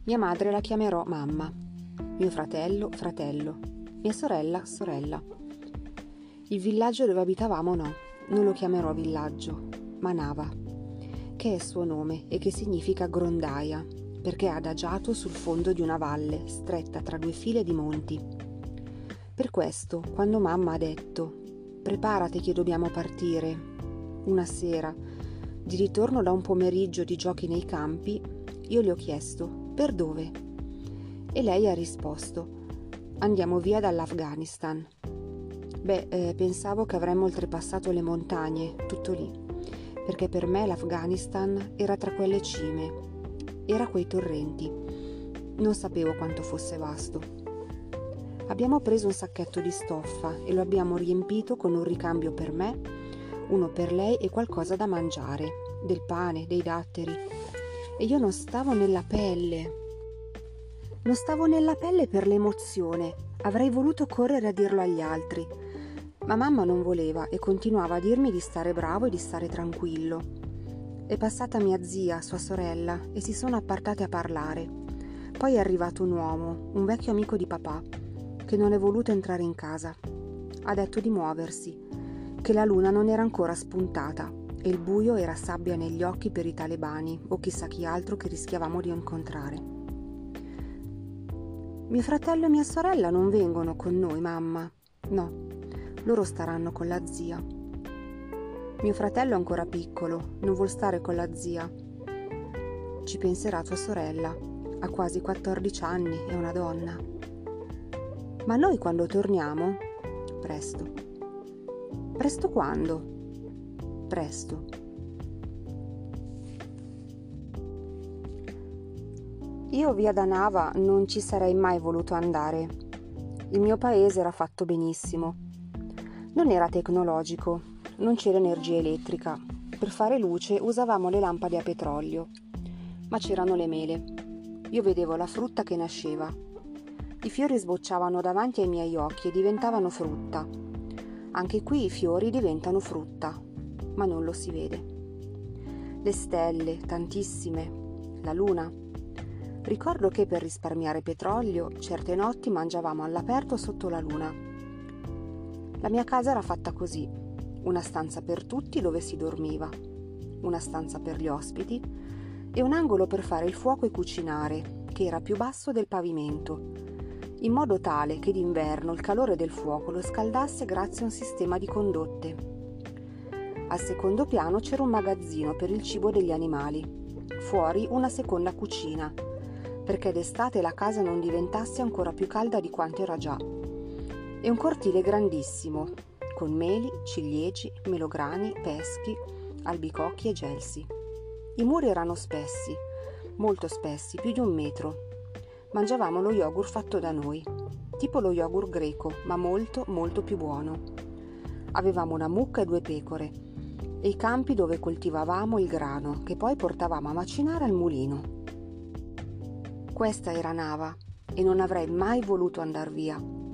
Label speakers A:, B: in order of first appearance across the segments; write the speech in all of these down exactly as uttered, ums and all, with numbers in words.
A: Mia madre la chiamerò mamma, mio fratello fratello, mia sorella sorella. Il villaggio dove abitavamo no, non lo chiamerò villaggio, ma Nava, che è il suo nome e che significa grondaia, perché è adagiato sul fondo di una valle stretta tra due file di monti. Per questo, quando mamma ha detto «Preparati che dobbiamo partire», una sera, di ritorno da un pomeriggio di giochi nei campi, io le ho chiesto «Per dove?» E lei ha risposto «Andiamo via dall'Afghanistan». Beh, eh, pensavo che avremmo oltrepassato le montagne, tutto lì, perché per me l'Afghanistan era tra quelle cime, era quei torrenti. Non sapevo quanto fosse vasto. Abbiamo preso un sacchetto di stoffa e lo abbiamo riempito con un ricambio per me, uno per lei e qualcosa da mangiare, del pane, dei datteri. E io non stavo nella pelle. Non stavo nella pelle per l'emozione. Avrei voluto correre a dirlo agli altri. Ma mamma non voleva e continuava a dirmi di stare bravo e di stare tranquillo. È passata mia zia, sua sorella, e si sono appartate a parlare. Poi è arrivato un uomo, un vecchio amico di papà, che non è voluto entrare in casa. Ha detto di muoversi, che la luna non era ancora spuntata e il buio era sabbia negli occhi per i talebani o chissà chi altro che rischiavamo di incontrare. Mio fratello e mia sorella non vengono con noi, mamma. No, loro staranno con la zia. Mio fratello è ancora piccolo, non vuol stare con la zia. Ci penserà tua sorella, ha quasi quattordici anni, è una donna. Ma noi quando torniamo? Presto. Presto quando? Presto. Io via da Nava non ci sarei mai voluto andare. Il mio paese era fatto benissimo. Non era tecnologico, non c'era energia elettrica. Per fare luce usavamo le lampade a petrolio. Ma c'erano le mele. Io vedevo la frutta che nasceva. I fiori sbocciavano davanti ai miei occhi e diventavano frutta. Anche qui i fiori diventano frutta, ma non lo si vede. Le stelle, tantissime, la luna. Ricordo che per risparmiare petrolio, certe notti mangiavamo all'aperto sotto la luna. La mia casa era fatta così, una stanza per tutti dove si dormiva, una stanza per gli ospiti e un angolo per fare il fuoco e cucinare, che era più basso del pavimento, in modo tale che d'inverno il calore del fuoco lo scaldasse grazie a un sistema di condotte. Al secondo piano c'era un magazzino per il cibo degli animali, fuori una seconda cucina, perché d'estate la casa non diventasse ancora più calda di quanto era già, e un cortile grandissimo, con meli, ciliegi, melograni, peschi, albicocchi e gelsi. I muri erano spessi, molto spessi, più di un metro. Mangiavamo lo yogurt fatto da noi, tipo lo yogurt greco, ma molto, molto più buono. Avevamo una mucca e due pecore, e i campi dove coltivavamo il grano, che poi portavamo a macinare al mulino. Questa era Nava, e non avrei mai voluto andar via.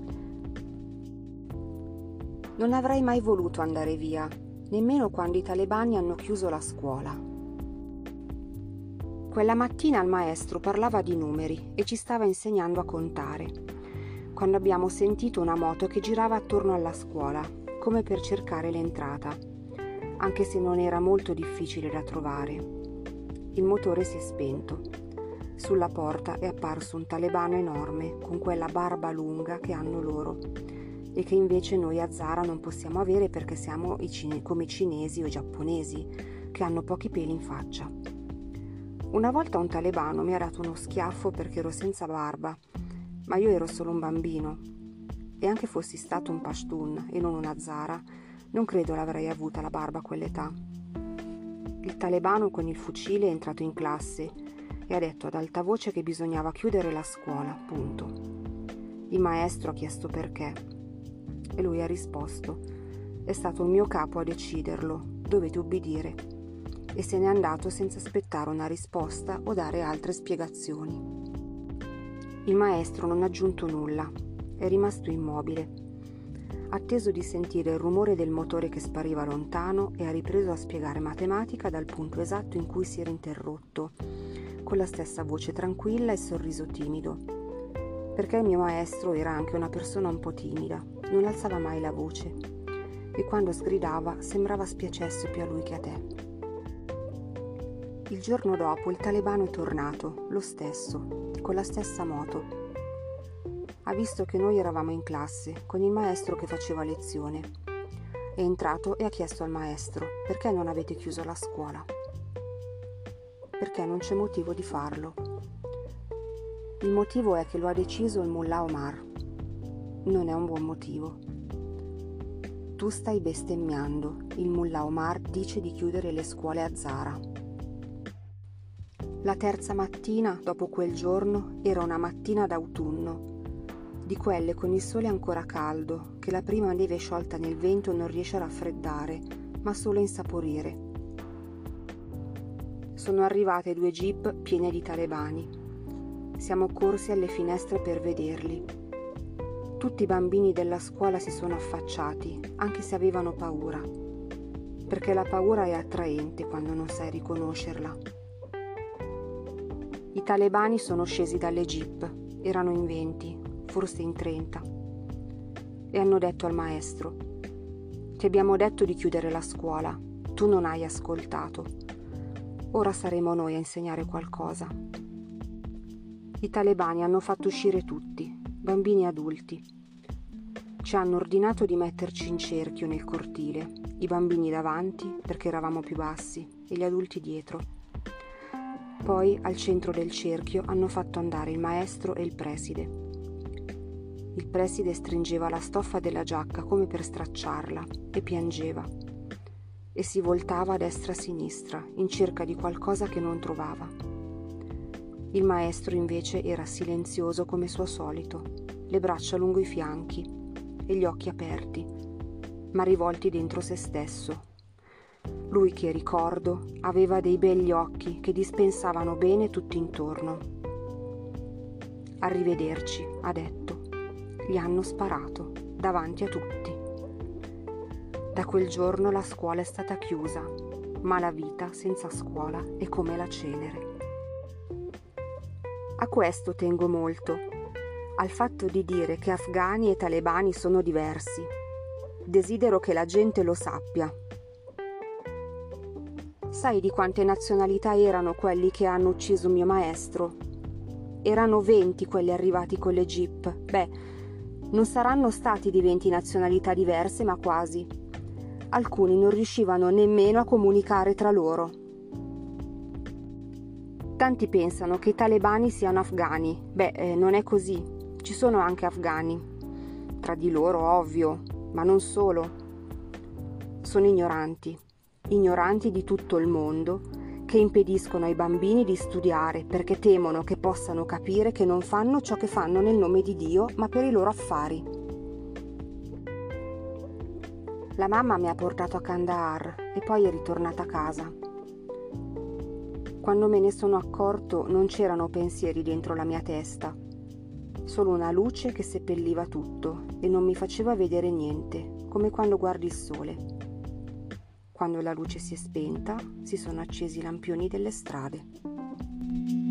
A: Non avrei mai voluto andare via, nemmeno quando i talebani hanno chiuso la scuola. Quella mattina il maestro parlava di numeri e ci stava insegnando a contare, quando abbiamo sentito una moto che girava attorno alla scuola, come per cercare l'entrata, anche se non era molto difficile da trovare. Il motore si è spento. Sulla porta è apparso un talebano enorme, con quella barba lunga che hanno loro, e che invece noi a Zara non possiamo avere perché siamo i cine- come i cinesi o i giapponesi, che hanno pochi peli in faccia. Una volta un talebano mi ha dato uno schiaffo perché ero senza barba, ma io ero solo un bambino. E anche fossi stato un pashtun e non una Hazara, non credo l'avrei avuta la barba a quell'età. Il talebano con il fucile è entrato in classe e ha detto ad alta voce che bisognava chiudere la scuola, punto. Il maestro ha chiesto perché e lui ha risposto: è stato il mio capo a deciderlo, dovete ubbidire. E se n'è andato senza aspettare una risposta o dare altre spiegazioni. Il maestro non ha aggiunto nulla, è rimasto immobile. Ha atteso di sentire il rumore del motore che spariva lontano e ha ripreso a spiegare matematica dal punto esatto in cui si era interrotto, con la stessa voce tranquilla e sorriso timido, perché il mio maestro era anche una persona un po' timida, non alzava mai la voce e quando sgridava sembrava spiacesse più a lui che a te. Il giorno dopo il talebano è tornato, lo stesso, con la stessa moto. Ha visto che noi eravamo in classe, con il maestro che faceva lezione. È entrato e ha chiesto al maestro: perché non avete chiuso la scuola? Perché non c'è motivo di farlo. Il motivo è che lo ha deciso il Mullah Omar. Non è un buon motivo. Tu stai bestemmiando. Il Mullah Omar dice di chiudere le scuole a Zara. La terza mattina, dopo quel giorno, era una mattina d'autunno, di quelle con il sole ancora caldo, che la prima neve sciolta nel vento non riesce a raffreddare, ma solo a insaporire. Sono arrivate due jeep piene di talebani. Siamo corsi alle finestre per vederli. Tutti i bambini della scuola si sono affacciati, anche se avevano paura, perché la paura è attraente quando non sai riconoscerla. I talebani sono scesi dalle jeep, erano in venti, forse in trenta, e hanno detto al maestro: ti abbiamo detto di chiudere la scuola, tu non hai ascoltato, ora saremo noi a insegnare qualcosa. I talebani hanno fatto uscire tutti, bambini e adulti. Ci hanno ordinato di metterci in cerchio nel cortile, i bambini davanti perché eravamo più bassi e gli adulti dietro. Poi al centro del cerchio hanno fatto andare il maestro e il preside. Il preside stringeva la stoffa della giacca come per stracciarla e piangeva e si voltava a destra e a sinistra in cerca di qualcosa che non trovava. Il maestro invece era silenzioso come suo solito, le braccia lungo i fianchi e gli occhi aperti, ma rivolti dentro se stesso. Lui che, ricordo, aveva dei begli occhi che dispensavano bene tutto intorno. Arrivederci, ha detto. Gli hanno sparato, davanti a tutti. Da quel giorno la scuola è stata chiusa, ma la vita senza scuola è come la cenere. A questo tengo molto, al fatto di dire che afghani e talebani sono diversi. Desidero che la gente lo sappia. Sai di quante nazionalità erano quelli che hanno ucciso mio maestro? Erano venti quelli arrivati con le jeep. Beh, non saranno stati di venti nazionalità diverse, ma quasi. Alcuni non riuscivano nemmeno a comunicare tra loro. Tanti pensano che i talebani siano afghani. Beh, eh, non è così. Ci sono anche afghani. Tra di loro, ovvio, ma non solo. Sono ignoranti. Ignoranti di tutto il mondo, che impediscono ai bambini di studiare perché temono che possano capire che non fanno ciò che fanno nel nome di Dio, ma per i loro affari. La mamma mi ha portato a Kandahar e poi è ritornata a casa. Quando me ne sono accorto non c'erano pensieri dentro la mia testa, solo una luce che seppelliva tutto e non mi faceva vedere niente, come quando guardi il sole. Quando la luce si è spenta, si sono accesi i lampioni delle strade.